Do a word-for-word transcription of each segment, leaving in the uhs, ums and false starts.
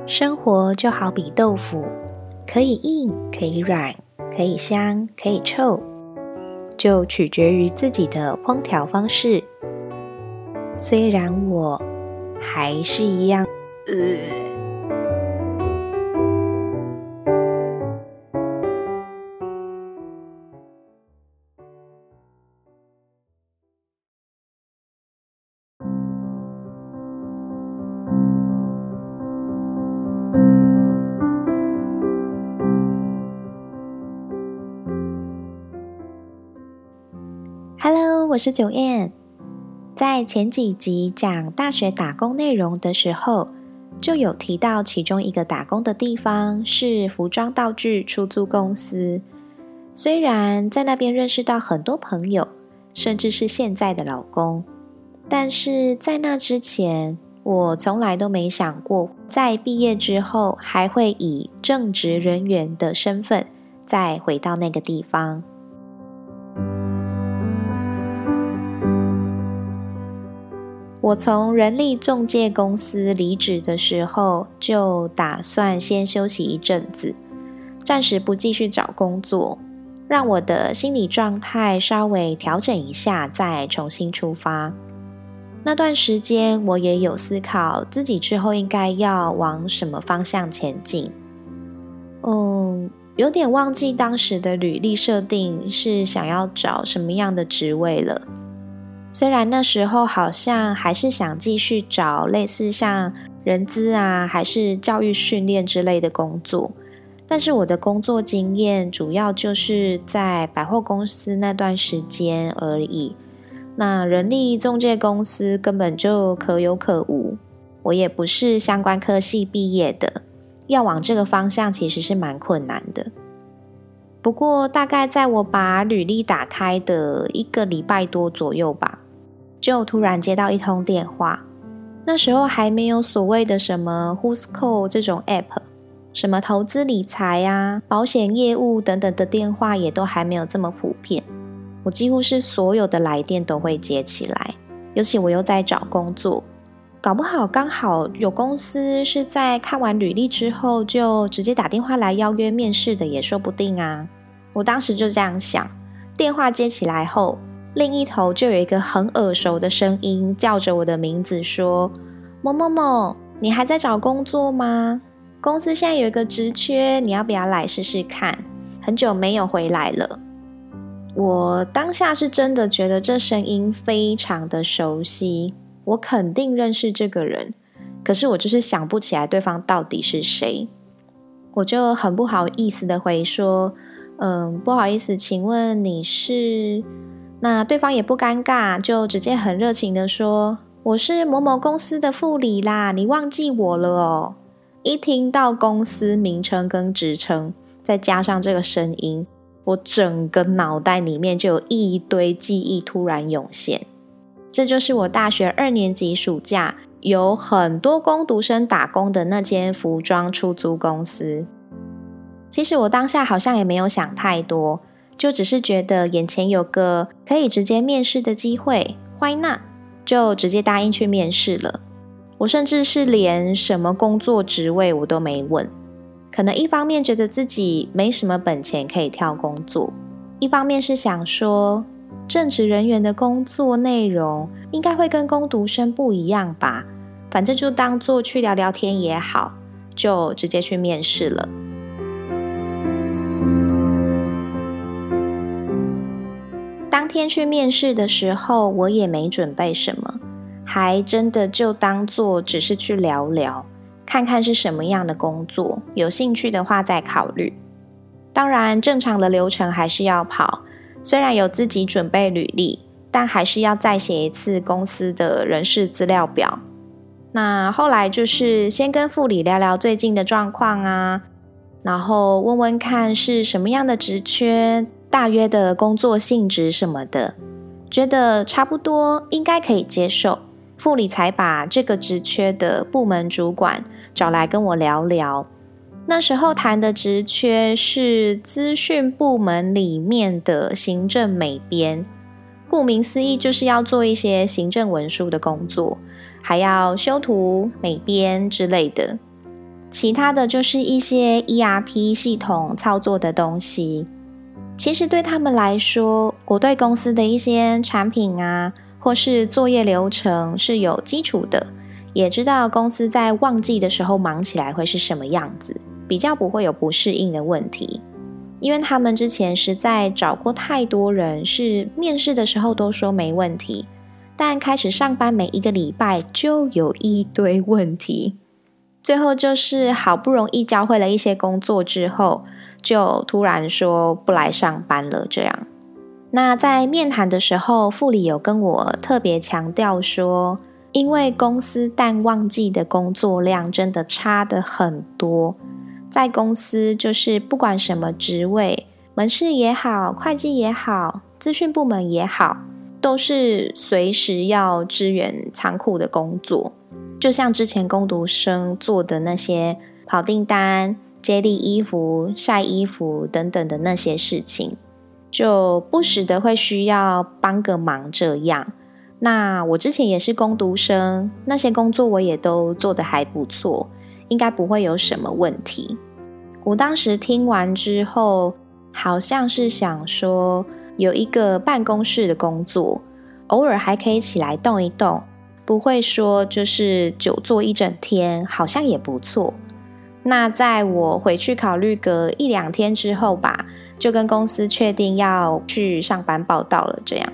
生活就好比豆腐，可以硬，可以软，可以香，可以臭，就取决于自己的烹调方式。虽然我还是一样，呃。Hello， 我是九燕。在前几集讲大学打工内容的时候，就有提到其中一个打工的地方是服装道具出租公司。虽然在那边认识到很多朋友，甚至是现在的老公，但是在那之前，我从来都没想过，在毕业之后还会以正职人员的身份再回到那个地方。我从人力仲介公司离职的时候，就打算先休息一阵子，暂时不继续找工作，让我的心理状态稍微调整一下，再重新出发。那段时间，我也有思考自己之后应该要往什么方向前进。嗯，有点忘记当时的履历设定是想要找什么样的职位了。虽然那时候好像还是想继续找类似像人资啊，还是教育训练之类的工作，但是我的工作经验主要就是在百货公司那段时间而已。那人力仲介公司根本就可有可无，我也不是相关科系毕业的，要往这个方向其实是蛮困难的。不过大概在我把履历打开的一个礼拜多左右吧，就突然接到一通电话。那时候还没有所谓的什么 Whoscall 这种 app， 什么投资理财啊、保险业务等等的电话也都还没有这么普遍。我几乎是所有的来电都会接起来，尤其我又在找工作，搞不好刚好有公司是在看完履历之后就直接打电话来邀约面试的也说不定啊。我当时就这样想，电话接起来后，另一头就有一个很耳熟的声音叫着我的名字说：某某某，你还在找工作吗？公司现在有一个职缺，你要不要来试试看？很久没有回来了。我当下是真的觉得这声音非常的熟悉，我肯定认识这个人，可是我就是想不起来对方到底是谁。我就很不好意思的回说，嗯，不好意思，请问你是？那对方也不尴尬，就直接很热情的说，我是某某公司的副理啦，你忘记我了哦。一听到公司名称跟职称，再加上这个声音，我整个脑袋里面就有一堆记忆突然涌现。这就是我大学二年级暑假有很多工读生打工的那间服装出租公司。其实我当下好像也没有想太多，就只是觉得眼前有个可以直接面试的机会 Why not？ 就直接答应去面试了。我甚至是连什么工作职位我都没问，可能一方面觉得自己没什么本钱可以跳工作，一方面是想说正职人员的工作内容应该会跟工读生不一样吧，反正就当做去聊聊天也好，就直接去面试了。当天去面试的时候，我也没准备什么，还真的就当做只是去聊聊，看看是什么样的工作，有兴趣的话再考虑。当然正常的流程还是要跑，虽然有自己准备履历，但还是要再写一次公司的人事资料表。那后来就是先跟副理聊聊最近的状况啊，然后问问看是什么样的职缺，大约的工作性质什么的，觉得差不多应该可以接受，副理才把这个职缺的部门主管找来跟我聊聊。那时候谈的职缺是资讯部门里面的行政美编，顾名思义就是要做一些行政文书的工作，还要修图、美编之类的。 其他的就是一些 E R P 系统操作的东西。其实对他们来说，我对公司的一些产品啊，或是作业流程是有基础的，也知道公司在旺季的时候忙起来会是什么样子，比较不会有不适应的问题。因为他们之前实在找过太多人，是面试的时候都说没问题，但开始上班每一个礼拜就有一堆问题。最后就是好不容易教会了一些工作之后，就突然说不来上班了这样。那在面谈的时候，副理有跟我特别强调说，因为公司淡旺季的工作量真的差得很多，在公司就是不管什么职位，门市也好，会计也好，资讯部门也好，都是随时要支援仓库的工作。就像之前工读生做的那些跑订单、接力衣服、晒衣服等等的那些事情，就不时的会需要帮个忙这样。那我之前也是工读生，那些工作我也都做得还不错，应该不会有什么问题。我当时听完之后，好像是想说，有一个办公室的工作，偶尔还可以起来动一动，不会说就是久坐一整天，好像也不错。那在我回去考虑个一两天之后吧，就跟公司确定要去上班报到了这样。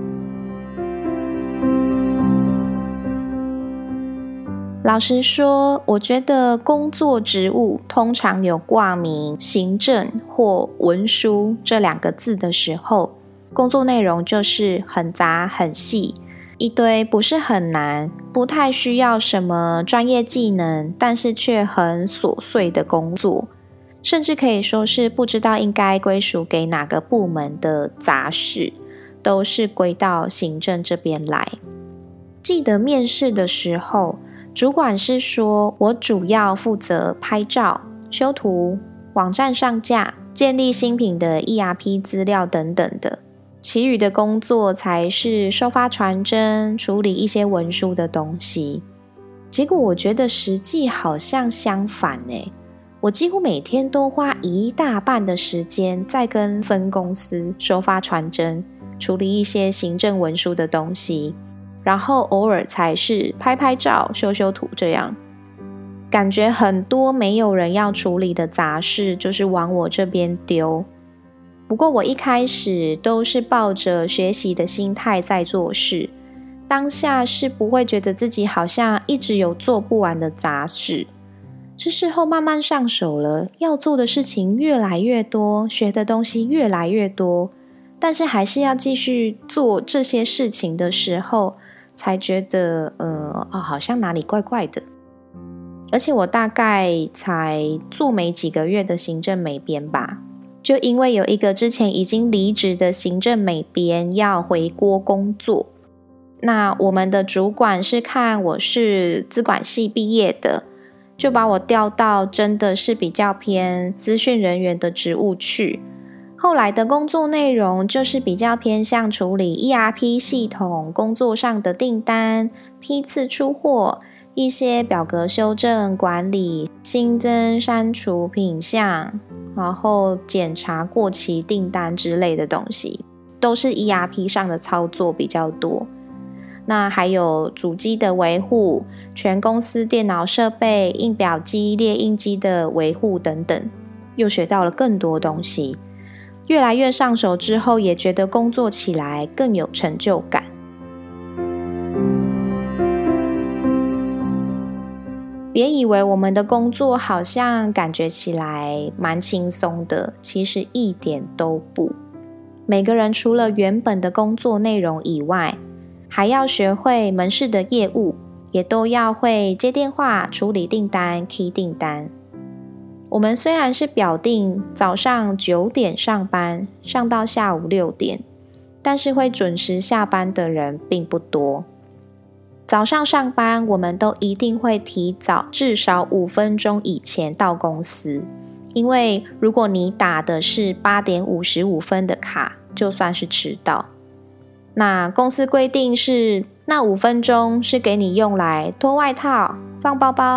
老实说，我觉得工作职务通常有挂名行政或文书这两个字的时候，工作内容就是很杂很细，一堆不是很难，不太需要什么专业技能，但是却很琐碎的工作，甚至可以说是不知道应该归属给哪个部门的杂事，都是归到行政这边来。记得面试的时候，主管是说我主要负责拍照、修图、网站上架、建立新品的 E R P 资料等等的，其余的工作才是收发传真、处理一些文书的东西。结果我觉得实际好像相反欸，我几乎每天都花一大半的时间在跟分公司收发传真，处理一些行政文书的东西，然后偶尔才是拍拍照、修修图这样。感觉很多没有人要处理的杂事就是往我这边丢。不过我一开始都是抱着学习的心态在做事，当下是不会觉得自己好像一直有做不完的杂事，是事后慢慢上手了，要做的事情越来越多，学的东西越来越多，但是还是要继续做这些事情的时候，才觉得呃、哦，好像哪里怪怪的。而且我大概才做没几个月的行政美编吧，就因为有一个之前已经离职的行政美编要回国工作，那我们的主管是看我是资管系毕业的，就把我调到真的是比较偏资讯人员的职务去。后来的工作内容就是比较偏向处理 E R P 系统工作上的订单、批次出货、一些表格修正管理、新增删除品项，然后检查过期订单之类的东西，都是 E R P 上的操作比较多。那还有主机的维护、全公司电脑设备、印表机、列印机的维护等等，又学到了更多东西。越来越上手之后，也觉得工作起来更有成就感。别以为我们的工作好像感觉起来蛮轻松的，其实一点都不。每个人除了原本的工作内容以外，还要学会门市的业务，也都要会接电话、处理订单、key 订单。我们虽然是表定早上九点上班，上到下午六点，但是会准时下班的人并不多。早上上班，我们都一定会提早至少五分钟以前到公司，因为如果你打的是八点五十五分的卡，就算是迟到。那公司规定是那五分钟是给你用来脱外套、放包包、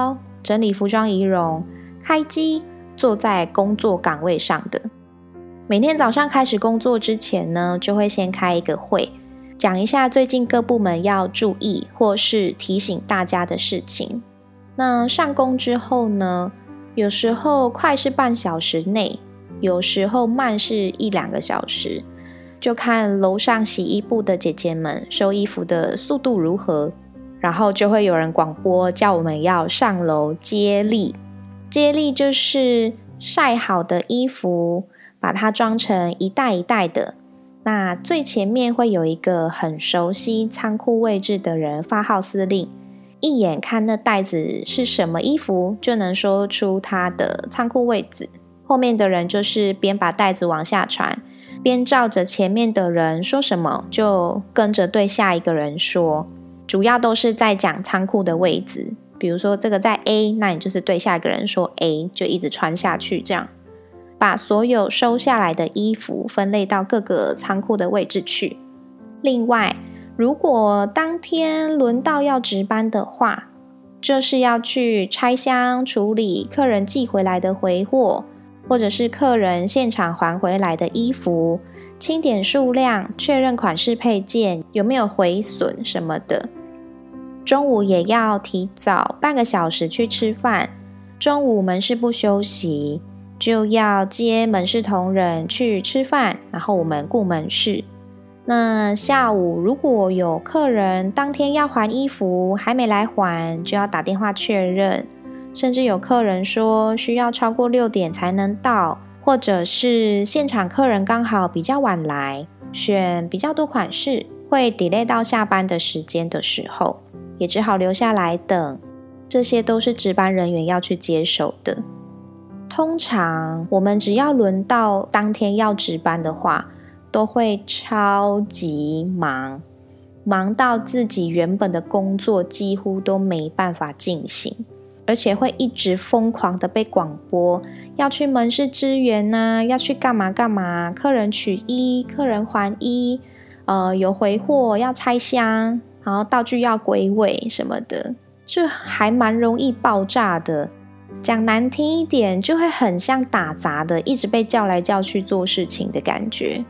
整理服装仪容、开机，坐在工作岗位上的。每天早上开始工作之前呢，就会先开一个会，讲一下最近各部门要注意或是提醒大家的事情。那上工之后呢，有时候快是半小时内，有时候慢是一两个小时，就看楼上洗衣部的姐姐们收衣服的速度如何，然后就会有人广播叫我们要上楼接力。接力就是晒好的衣服，把它装成一袋一袋的。那最前面会有一个很熟悉仓库位置的人发号司令，一眼看那袋子是什么衣服，就能说出它的仓库位置。后面的人就是边把袋子往下传，边照着前面的人说什么，就跟着对下一个人说。主要都是在讲仓库的位置，比如说这个在 A， 那你就是对下一个人说 A， 就一直传下去，这样把所有收下来的衣服分类到各个仓库的位置去。另外，如果当天轮到要值班的话，就是要去拆箱处理客人寄回来的回货，或者是客人现场还回来的衣服，清点数量，确认款式配件有没有毁损什么的。中午也要提早半个小时去吃饭，中午门市不休息，就要接门市同仁去吃饭，然后我们顾门市。那下午如果有客人当天要还衣服还没来还，就要打电话确认，甚至有客人说需要超过六点才能到，或者是现场客人刚好比较晚来，选比较多款式，会 delay 到下班的时间的时候，也只好留下来等。这些都是值班人员要去接手的。通常我们只要轮到当天要值班的话，都会超级忙，忙到自己原本的工作几乎都没办法进行，而且会一直疯狂的被广播，要去门市支援啊，要去干嘛干嘛，客人取衣，客人还衣，呃，有回货要拆箱，然后道具要归位什么的，就还蛮容易爆炸的。讲难听一点，就会很像打杂的，一直被叫来叫去做事情的感觉。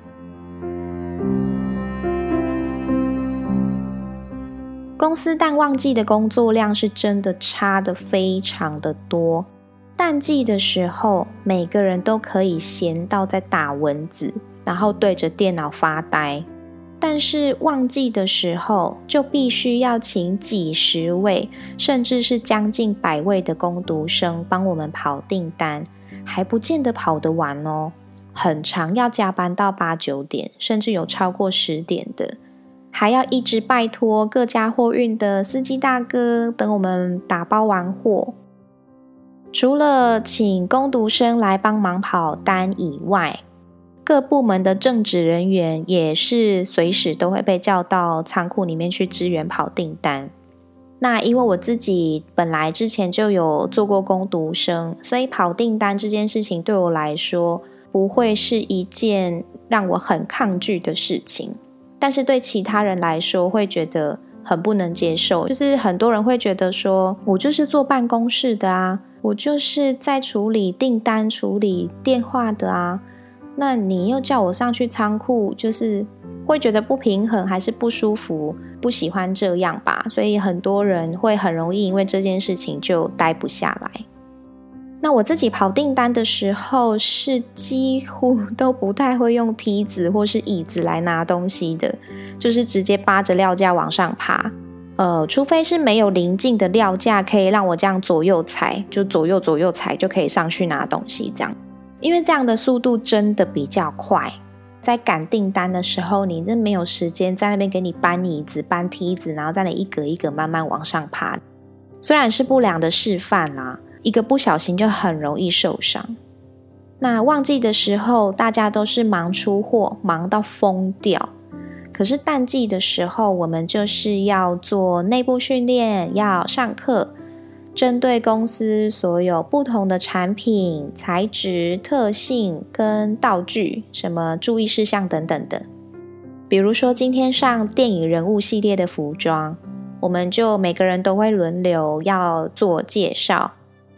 公司淡旺季的工作量是真的差得非常的多。淡季的时候，每个人都可以闲到在打蚊子，然后对着电脑发呆。但是旺季的时候，就必须要请几十位，甚至是将近百位的工读生帮我们跑订单，还不见得跑得完哦。很常要加班到八九点，甚至有超过十点的。还要一直拜托各家货运的司机大哥等我们打包完货。除了请工读生来帮忙跑单以外，各部门的正职人员也是随时都会被叫到仓库里面去支援跑订单。那因为我自己本来之前就有做过工读生，所以跑订单这件事情对我来说不会是一件让我很抗拒的事情。但是对其他人来说会觉得很不能接受，就是很多人会觉得说，我就是坐办公室的啊，我就是在处理订单、处理电话的啊，那你又叫我上去仓库，就是会觉得不平衡，还是不舒服，不喜欢这样吧，所以很多人会很容易因为这件事情就待不下来。那我自己跑订单的时候，是几乎都不太会用梯子或是椅子来拿东西的，就是直接扒着料架往上爬。呃，除非是没有临近的料架可以让我这样左右踩，就左右左右踩就可以上去拿东西这样。因为这样的速度真的比较快，在赶订单的时候，你真没有时间在那边给你搬椅子、搬梯子，然后在那一格一格慢慢往上爬。虽然是不良的示范啦，一个不小心就很容易受伤。那旺季的时候，大家都是忙出货，忙到疯掉。可是淡季的时候，我们就是要做内部训练，要上课，针对公司所有不同的产品、材质、特性跟道具，什么注意事项等等的。比如说今天上电影人物系列的服装，我们就每个人都会轮流要做介绍，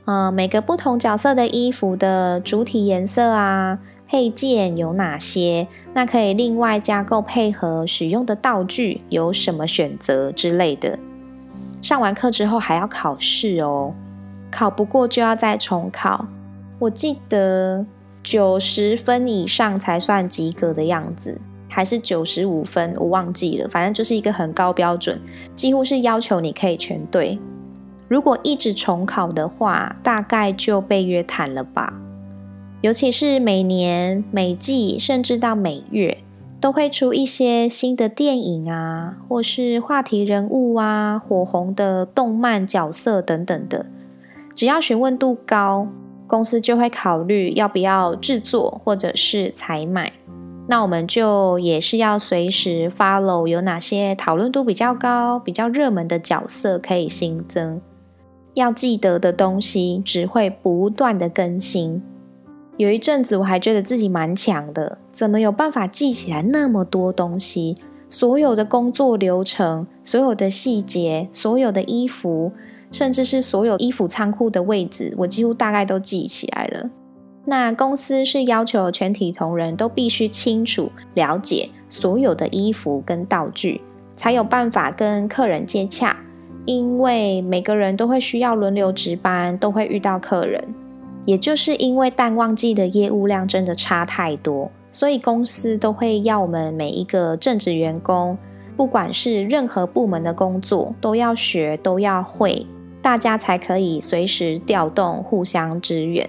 呃，每个不同角色的衣服的主体颜色啊，配件有哪些，那可以另外加购配合使用的道具有什么选择之类的。上完课之后还要考试哦，考不过就要再重考，我记得九十分以上才算及格的样子，还是九十五分，我忘记了，反正就是一个很高标准，几乎是要求你可以全对。如果一直重考的话，大概就被约谈了吧。尤其是每年、每季，甚至到每月，都会出一些新的电影啊，或是话题人物啊，火红的动漫角色等等的。只要询问度高，公司就会考虑要不要制作或者是采买。那我们就也是要随时 follow 有哪些讨论度比较高、比较热门的角色可以新增。要记得的东西只会不断的更新。有一阵子我还觉得自己蛮强的，怎么有办法记起来那么多东西？所有的工作流程、所有的细节、所有的衣服，甚至是所有衣服仓库的位置，我几乎大概都记起来了。那公司是要求全体同仁都必须清楚了解所有的衣服跟道具，才有办法跟客人接洽。因为每个人都会需要轮流值班，都会遇到客人。也就是因为淡旺季的业务量真的差太多，所以公司都会要我们每一个正职员工，不管是任何部门的工作，都要学，都要会，大家才可以随时调动，互相支援。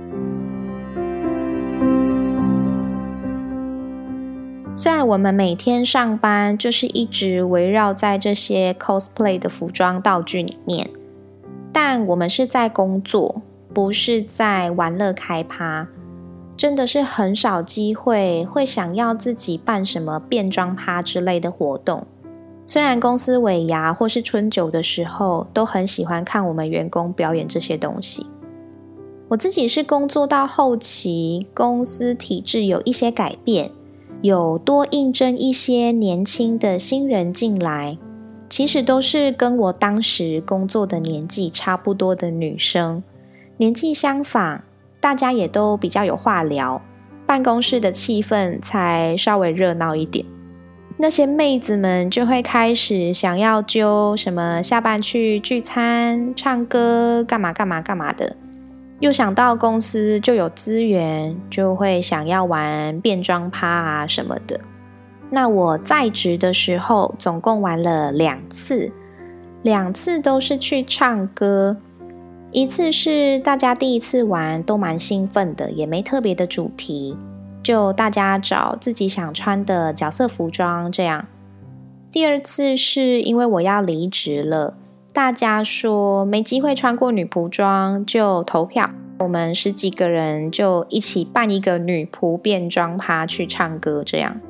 虽然我们每天上班就是一直围绕在这些 cosplay 的服装道具里面，但我们是在工作，不是在玩乐开趴，真的是很少机会会想要自己办什么变装趴之类的活动。虽然公司尾牙或是春酒的时候都很喜欢看我们员工表演这些东西。我自己是工作到后期，公司体制有一些改变，有多应征一些年轻的新人进来，其实都是跟我当时工作的年纪差不多的女生，年纪相仿，大家也都比较有话聊，办公室的气氛才稍微热闹一点。那些妹子们就会开始想要揪什么下班去聚餐、唱歌，干嘛干嘛干嘛的。又想到公司就有资源，就会想要玩变装趴啊什么的。那我在职的时候总共玩了两次，两次都是去唱歌。一次是大家第一次玩都蛮兴奋的，也没特别的主题，就大家找自己想穿的角色服装这样。第二次是因为我要离职了，大家说没机会穿过女仆装就投票，我们十几个人就一起办一个女仆变装趴去唱歌这样。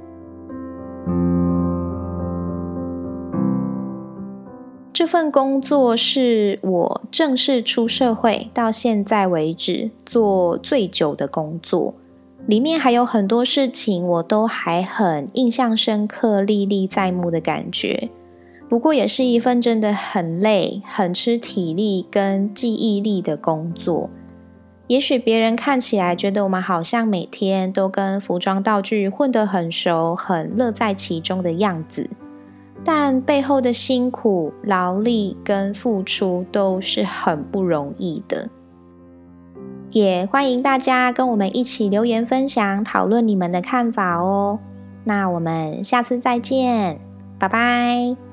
这份工作是我正式出社会到现在为止做最久的工作，里面还有很多事情我都还很印象深刻、历历在目的感觉。不过也是一份真的很累、很吃体力跟记忆力的工作。也许别人看起来觉得我们好像每天都跟服装道具混得很熟、很乐在其中的样子，但背后的辛苦、劳力跟付出都是很不容易的。也欢迎大家跟我们一起留言分享、讨论你们的看法哦。那我们下次再见，拜拜。